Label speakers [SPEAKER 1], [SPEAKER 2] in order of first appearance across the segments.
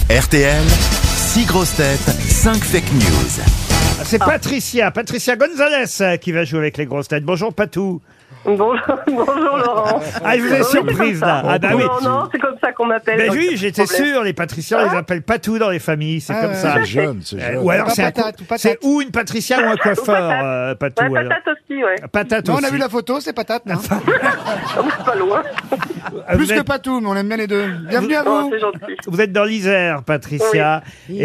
[SPEAKER 1] RTL, 6 grosses têtes, 5 fake news.
[SPEAKER 2] C'est Patricia Gonzalez qui va jouer avec les grosses têtes. Bonjour Patou.
[SPEAKER 3] Bonjour Laurent.
[SPEAKER 2] Ah, je vous ai surprise là. Ah bah oui.
[SPEAKER 3] Non, c'est comme ça qu'on m'appelle.
[SPEAKER 2] Mais
[SPEAKER 3] donc
[SPEAKER 2] oui,
[SPEAKER 3] pas de
[SPEAKER 2] j'étais
[SPEAKER 3] problème.
[SPEAKER 2] sûr, les Patriciens, on les appelle Patou dans les familles, c'est comme ça.
[SPEAKER 4] C'est jeune, c'est jeune.
[SPEAKER 2] Ou alors c'est
[SPEAKER 5] patate, ou patate.
[SPEAKER 2] c'est ou une Patricia ou un coiffeur, Patou.
[SPEAKER 3] Ouais,
[SPEAKER 2] alors.
[SPEAKER 3] patate aussi, ouais.
[SPEAKER 2] Patate
[SPEAKER 5] Non,
[SPEAKER 2] aussi.
[SPEAKER 5] on a vu la photo, c'est patate. Non
[SPEAKER 3] C'est pas loin.
[SPEAKER 5] Plus
[SPEAKER 2] vous
[SPEAKER 5] que
[SPEAKER 2] êtes,
[SPEAKER 5] patou, mais on aime bien les deux. Bienvenue à
[SPEAKER 3] Oh,
[SPEAKER 5] vous.
[SPEAKER 3] c'est gentil.
[SPEAKER 2] vous êtes dans l'Isère, Patricia.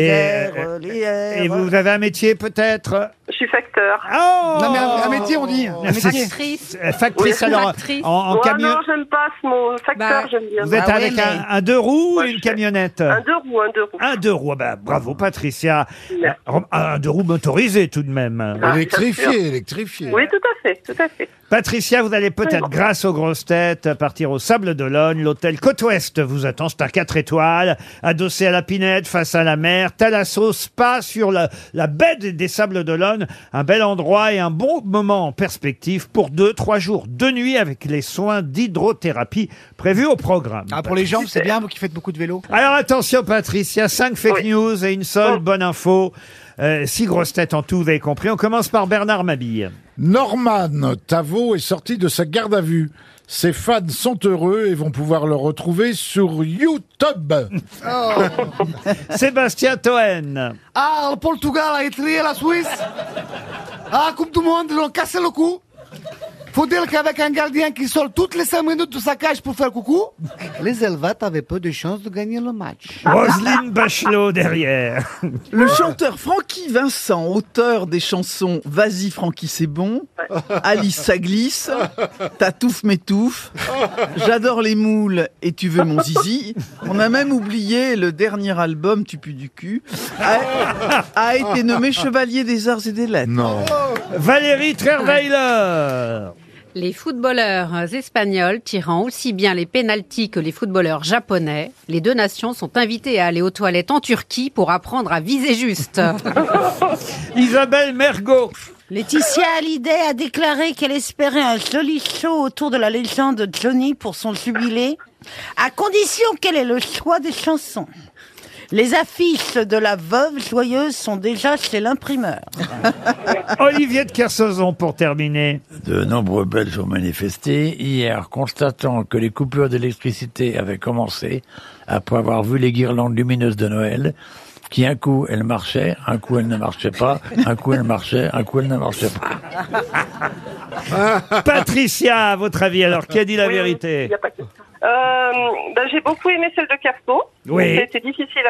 [SPEAKER 2] Et vous avez un métier peut-être.
[SPEAKER 3] Je suis facteur.
[SPEAKER 2] Oh
[SPEAKER 5] Non, mais un métier, on dit. Un métier.
[SPEAKER 6] Factrice.
[SPEAKER 2] Factrice,
[SPEAKER 3] Oui,
[SPEAKER 2] alors
[SPEAKER 6] factrice.
[SPEAKER 2] en
[SPEAKER 3] Ouais,
[SPEAKER 2] camion.
[SPEAKER 3] non, j'aime pas ce mot. Facteur,
[SPEAKER 6] Bah,
[SPEAKER 3] j'aime bien.
[SPEAKER 2] Vous êtes
[SPEAKER 6] Ah ouais,
[SPEAKER 2] avec
[SPEAKER 6] mais-
[SPEAKER 2] un deux roues ou
[SPEAKER 3] Ouais,
[SPEAKER 2] une
[SPEAKER 3] je-
[SPEAKER 2] camionnette?
[SPEAKER 3] Un deux roues.
[SPEAKER 2] Un deux roues. Ah bah, bravo Patricia.
[SPEAKER 3] Merci.
[SPEAKER 2] Un deux roues motorisé tout de même.
[SPEAKER 3] Ah,
[SPEAKER 4] Électrifié.
[SPEAKER 3] Oui, tout à fait.
[SPEAKER 2] Patricia, vous allez peut-être,
[SPEAKER 3] Oui.
[SPEAKER 2] grâce aux grosses têtes, partir au Sable d'Olonne. L'hôtel Côte-Ouest vous attend. C'est un 4 étoiles, adossé à la Pinède, face à la mer. Thalasso Spa sur la baie des Sables d'Olonne. Un bel endroit et un bon moment en perspective pour 2-3 jours, 2 nuits avec les soins d'hydrothérapie prévus au programme.
[SPEAKER 5] Ah, pour les jambes, c'est bien, vous qui faites beaucoup de vélo.
[SPEAKER 2] Alors attention Patricia, 5 fake
[SPEAKER 3] Oui.
[SPEAKER 2] news et une seule
[SPEAKER 3] Oh.
[SPEAKER 2] bonne info. 6 grosses têtes en tout, vous avez compris. On commence par Bernard Mabille.
[SPEAKER 4] Norman Tavo est sorti de sa garde à vue. Ses fans sont heureux et vont pouvoir le retrouver sur YouTube.
[SPEAKER 2] Sébastien Toen.
[SPEAKER 5] Ah, le Portugal a étrié la Suisse. Ah, comme tout le monde, ils ont cassé le cou. Faut dire qu'avec un gardien qui sort toutes les 5 minutes de sa cage pour faire coucou, les Helvètes avaient peu de chances de gagner le match.
[SPEAKER 2] Roselyne Bachelot derrière.
[SPEAKER 7] Le chanteur Francky Vincent, auteur des chansons Vas-y Francky c'est bon, Alice ça glisse, Tatouf m'étouffe, J'adore les moules et tu veux mon zizi. On a même oublié le dernier album Tu pues du cul, a été nommé chevalier des arts et des lettres.
[SPEAKER 4] Non.
[SPEAKER 2] Valérie Trierweiler.
[SPEAKER 6] Les footballeurs espagnols tirant aussi bien les pénaltys que les footballeurs japonais, les deux nations sont invitées à aller aux toilettes en Turquie pour apprendre à viser juste.
[SPEAKER 2] Isabelle Mergot.
[SPEAKER 8] Laetitia Hallyday a déclaré qu'elle espérait un joli show autour de la légende de Johnny pour son jubilé, à condition qu'elle ait le choix des chansons. Les affiches de la veuve joyeuse sont déjà chez l'imprimeur.
[SPEAKER 2] Olivier de Kersauzon pour terminer.
[SPEAKER 9] De nombreux Belges ont manifesté hier, constatant que les coupures d'électricité avaient commencé après avoir vu les guirlandes lumineuses de Noël, qui un coup elles marchaient, un coup elles ne marchaient pas, un coup elles marchaient, un coup elles ne marchaient pas.
[SPEAKER 2] Patricia, à votre avis, alors, qui a dit la vérité?
[SPEAKER 3] Il y a pas de question. J'ai beaucoup aimé celle de Carpo.
[SPEAKER 2] Oui.
[SPEAKER 3] C'était difficile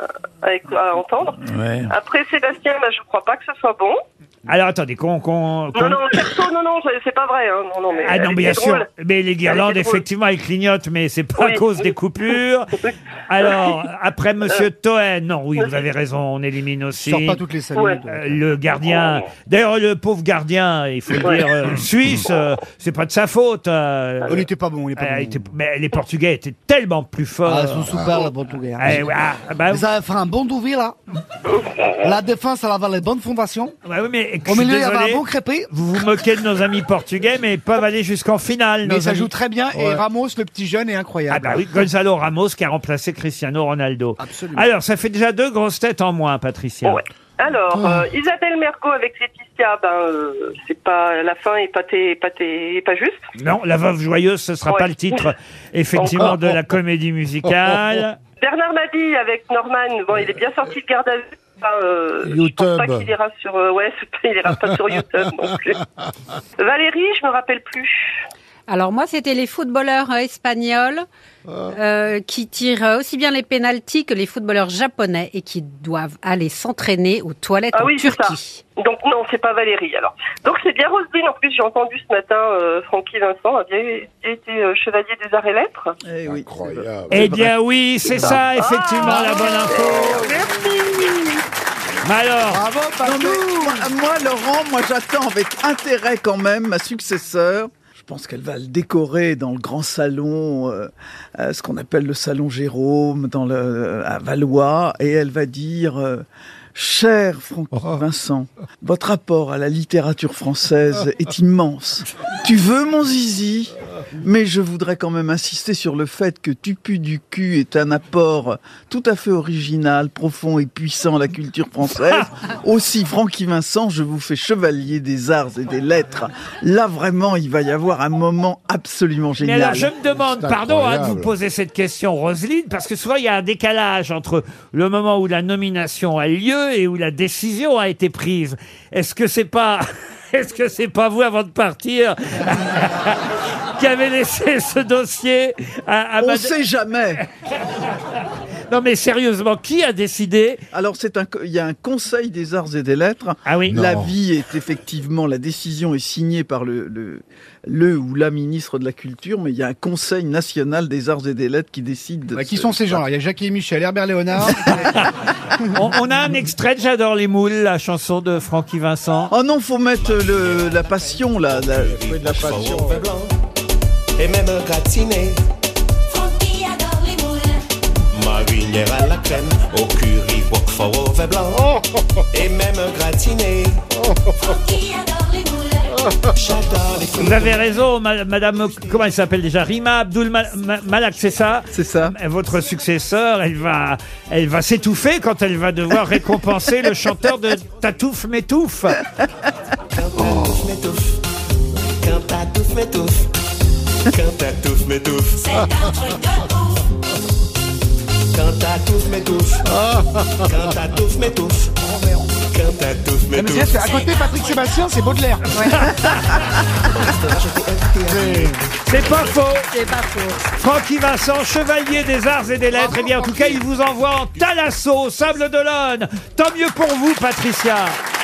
[SPEAKER 3] à entendre.
[SPEAKER 9] Ouais.
[SPEAKER 3] Après Sébastien, je crois pas que ce soit bon.
[SPEAKER 2] Alors, attendez,
[SPEAKER 3] Non, Carpo, non, c'est pas vrai. Hein. Non, mais
[SPEAKER 2] Ah non,
[SPEAKER 3] elle
[SPEAKER 2] bien
[SPEAKER 3] était
[SPEAKER 2] sûr.
[SPEAKER 3] drôle.
[SPEAKER 2] Mais les guirlandes,
[SPEAKER 3] Elle était drôle.
[SPEAKER 2] effectivement, elles clignotent, mais c'est pas à
[SPEAKER 3] Oui,
[SPEAKER 2] cause
[SPEAKER 3] oui.
[SPEAKER 2] des coupures. Alors, après Monsieur Toen, non, oui, vous avez raison, on élimine
[SPEAKER 5] Je
[SPEAKER 2] aussi.
[SPEAKER 5] sors pas toutes les 5
[SPEAKER 3] Ouais.
[SPEAKER 5] minutes.
[SPEAKER 2] Le gardien, d'ailleurs le pauvre gardien, il faut le
[SPEAKER 3] Ouais.
[SPEAKER 2] dire, suisse, c'est pas de sa faute.
[SPEAKER 5] Il était pas bon, il est pas bon.
[SPEAKER 2] Mais les Portugais étaient tellement plus forts.
[SPEAKER 5] Ah, ils sont super, les Portugais.
[SPEAKER 2] Eh, ouais, bah,
[SPEAKER 5] Ils avaient fait un bon douvi, là. La défense, elle avait les bonnes fondations.
[SPEAKER 2] bah oui, mais
[SPEAKER 5] Au
[SPEAKER 2] je suis
[SPEAKER 5] milieu, il y avait
[SPEAKER 2] désolé,
[SPEAKER 5] un bon crépé.
[SPEAKER 2] vous vous moquez de nos amis portugais, mais ils peuvent aller jusqu'en finale.
[SPEAKER 5] Mais
[SPEAKER 2] nos
[SPEAKER 5] ça
[SPEAKER 2] amis.
[SPEAKER 5] joue très bien. Et Ramos, le petit jeune, est incroyable.
[SPEAKER 2] Ah bah oui, Gonzalo Ramos qui a remplacé Cristiano Ronaldo.
[SPEAKER 5] Absolument.
[SPEAKER 2] Alors, ça fait déjà 2 grosses têtes en moins, Patricia.
[SPEAKER 3] Ouais. Alors, Isabelle Mergo avec Laetitia, c'est pas, la fin est pas juste.
[SPEAKER 2] Non, La Veuve Joyeuse, ce sera
[SPEAKER 3] Ouais.
[SPEAKER 2] pas le titre, effectivement, de la comédie musicale.
[SPEAKER 3] Bernard Mabille avec Norman, il est bien sorti de garde à vue. Je pense pas
[SPEAKER 4] YouTube.
[SPEAKER 3] qu'il ira sur, il ira pas sur YouTube non plus. Valérie, je me rappelle plus.
[SPEAKER 6] Alors moi, c'était les footballeurs espagnols qui tirent aussi bien les pénaltys que les footballeurs japonais et qui doivent aller s'entraîner aux toilettes en
[SPEAKER 3] C'est ça.
[SPEAKER 6] Turquie.
[SPEAKER 3] Donc non, c'est pas Valérie alors. Donc c'est bien Roselyne. En plus, j'ai entendu ce matin Francky Vincent a bien été chevalier des arts et lettres.
[SPEAKER 7] Eh oui.
[SPEAKER 4] Incroyable.
[SPEAKER 2] Eh bien oui, c'est ça, effectivement, la bonne info. Mais alors,
[SPEAKER 5] Bravo,
[SPEAKER 7] Non,
[SPEAKER 5] Patou.
[SPEAKER 7] mais moi, Laurent, j'attends avec intérêt quand même ma successeur. Je pense qu'elle va le décorer dans le grand salon, ce qu'on appelle le salon Jérôme, à Valois, et elle va dire cher Francky Vincent, votre rapport à la littérature française est immense. Tu veux mon zizi? Mais je voudrais quand même insister sur le fait que Tu pues du cul est un apport tout à fait original, profond et puissant à la culture française. Aussi, Francky Vincent, je vous fais chevalier des arts et des lettres. Là, vraiment, il va y avoir un moment absolument
[SPEAKER 2] Mais
[SPEAKER 7] génial.
[SPEAKER 2] alors, je me demande,
[SPEAKER 4] C'est
[SPEAKER 2] pardon de
[SPEAKER 4] incroyable.
[SPEAKER 2] vous poser cette question, Roselyne, parce que souvent il y a un décalage entre le moment où la nomination a lieu et où la décision a été prise. Est-ce que c'est pas vous, avant de partir, qui avez laissé ce dossier à
[SPEAKER 7] On sait jamais.
[SPEAKER 2] Non mais sérieusement, qui a décidé?
[SPEAKER 7] Alors, il y a un conseil des arts et des lettres.
[SPEAKER 2] Ah oui.
[SPEAKER 7] L'avis est effectivement, la décision est signée par le ou la ministre de la Culture, mais il y a un conseil national des arts et des lettres qui décide de...
[SPEAKER 10] Qui sont ces gens-là? Il y a Jackie et Michel, Herbert Léonard.
[SPEAKER 2] On a un extrait de J'adore les moules, la chanson de Francky Vincent.
[SPEAKER 7] Oh non, faut mettre la passion, là.
[SPEAKER 4] Oui, de la passion.
[SPEAKER 11] Et même gratiné. Francky adore les moules. Marinière à la crème, au curry, Roquefort au vin blanc. Et même gratiné. Francky adore les moules. J'adore les
[SPEAKER 2] Vous avez raison, madame, comment elle s'appelle déjà? Rima Abdul Malak, c'est ça?
[SPEAKER 7] C'est ça.
[SPEAKER 2] Votre successeur, elle va s'étouffer quand elle va devoir récompenser le chanteur de Tatouf Métouf.
[SPEAKER 11] Quand Tatouf m'étouffe. Quand Tatouf m'étouffe. C'est un truc de ouf. Quand Tatouf m'étouffe. Quand Tatouf m'étouffe. Quand Tatouf
[SPEAKER 10] Mais
[SPEAKER 11] m'étouffe.
[SPEAKER 10] c'est à côté Patrick Sébastien, c'est Baudelaire.
[SPEAKER 2] C'est pas faux.
[SPEAKER 6] C'est pas faux.
[SPEAKER 2] Francky Vincent, chevalier des arts et des lettres. Eh bien, en tout cas, il vous envoie en Thalasso, au Sable d'Olonne. Tant mieux pour vous, Patricia.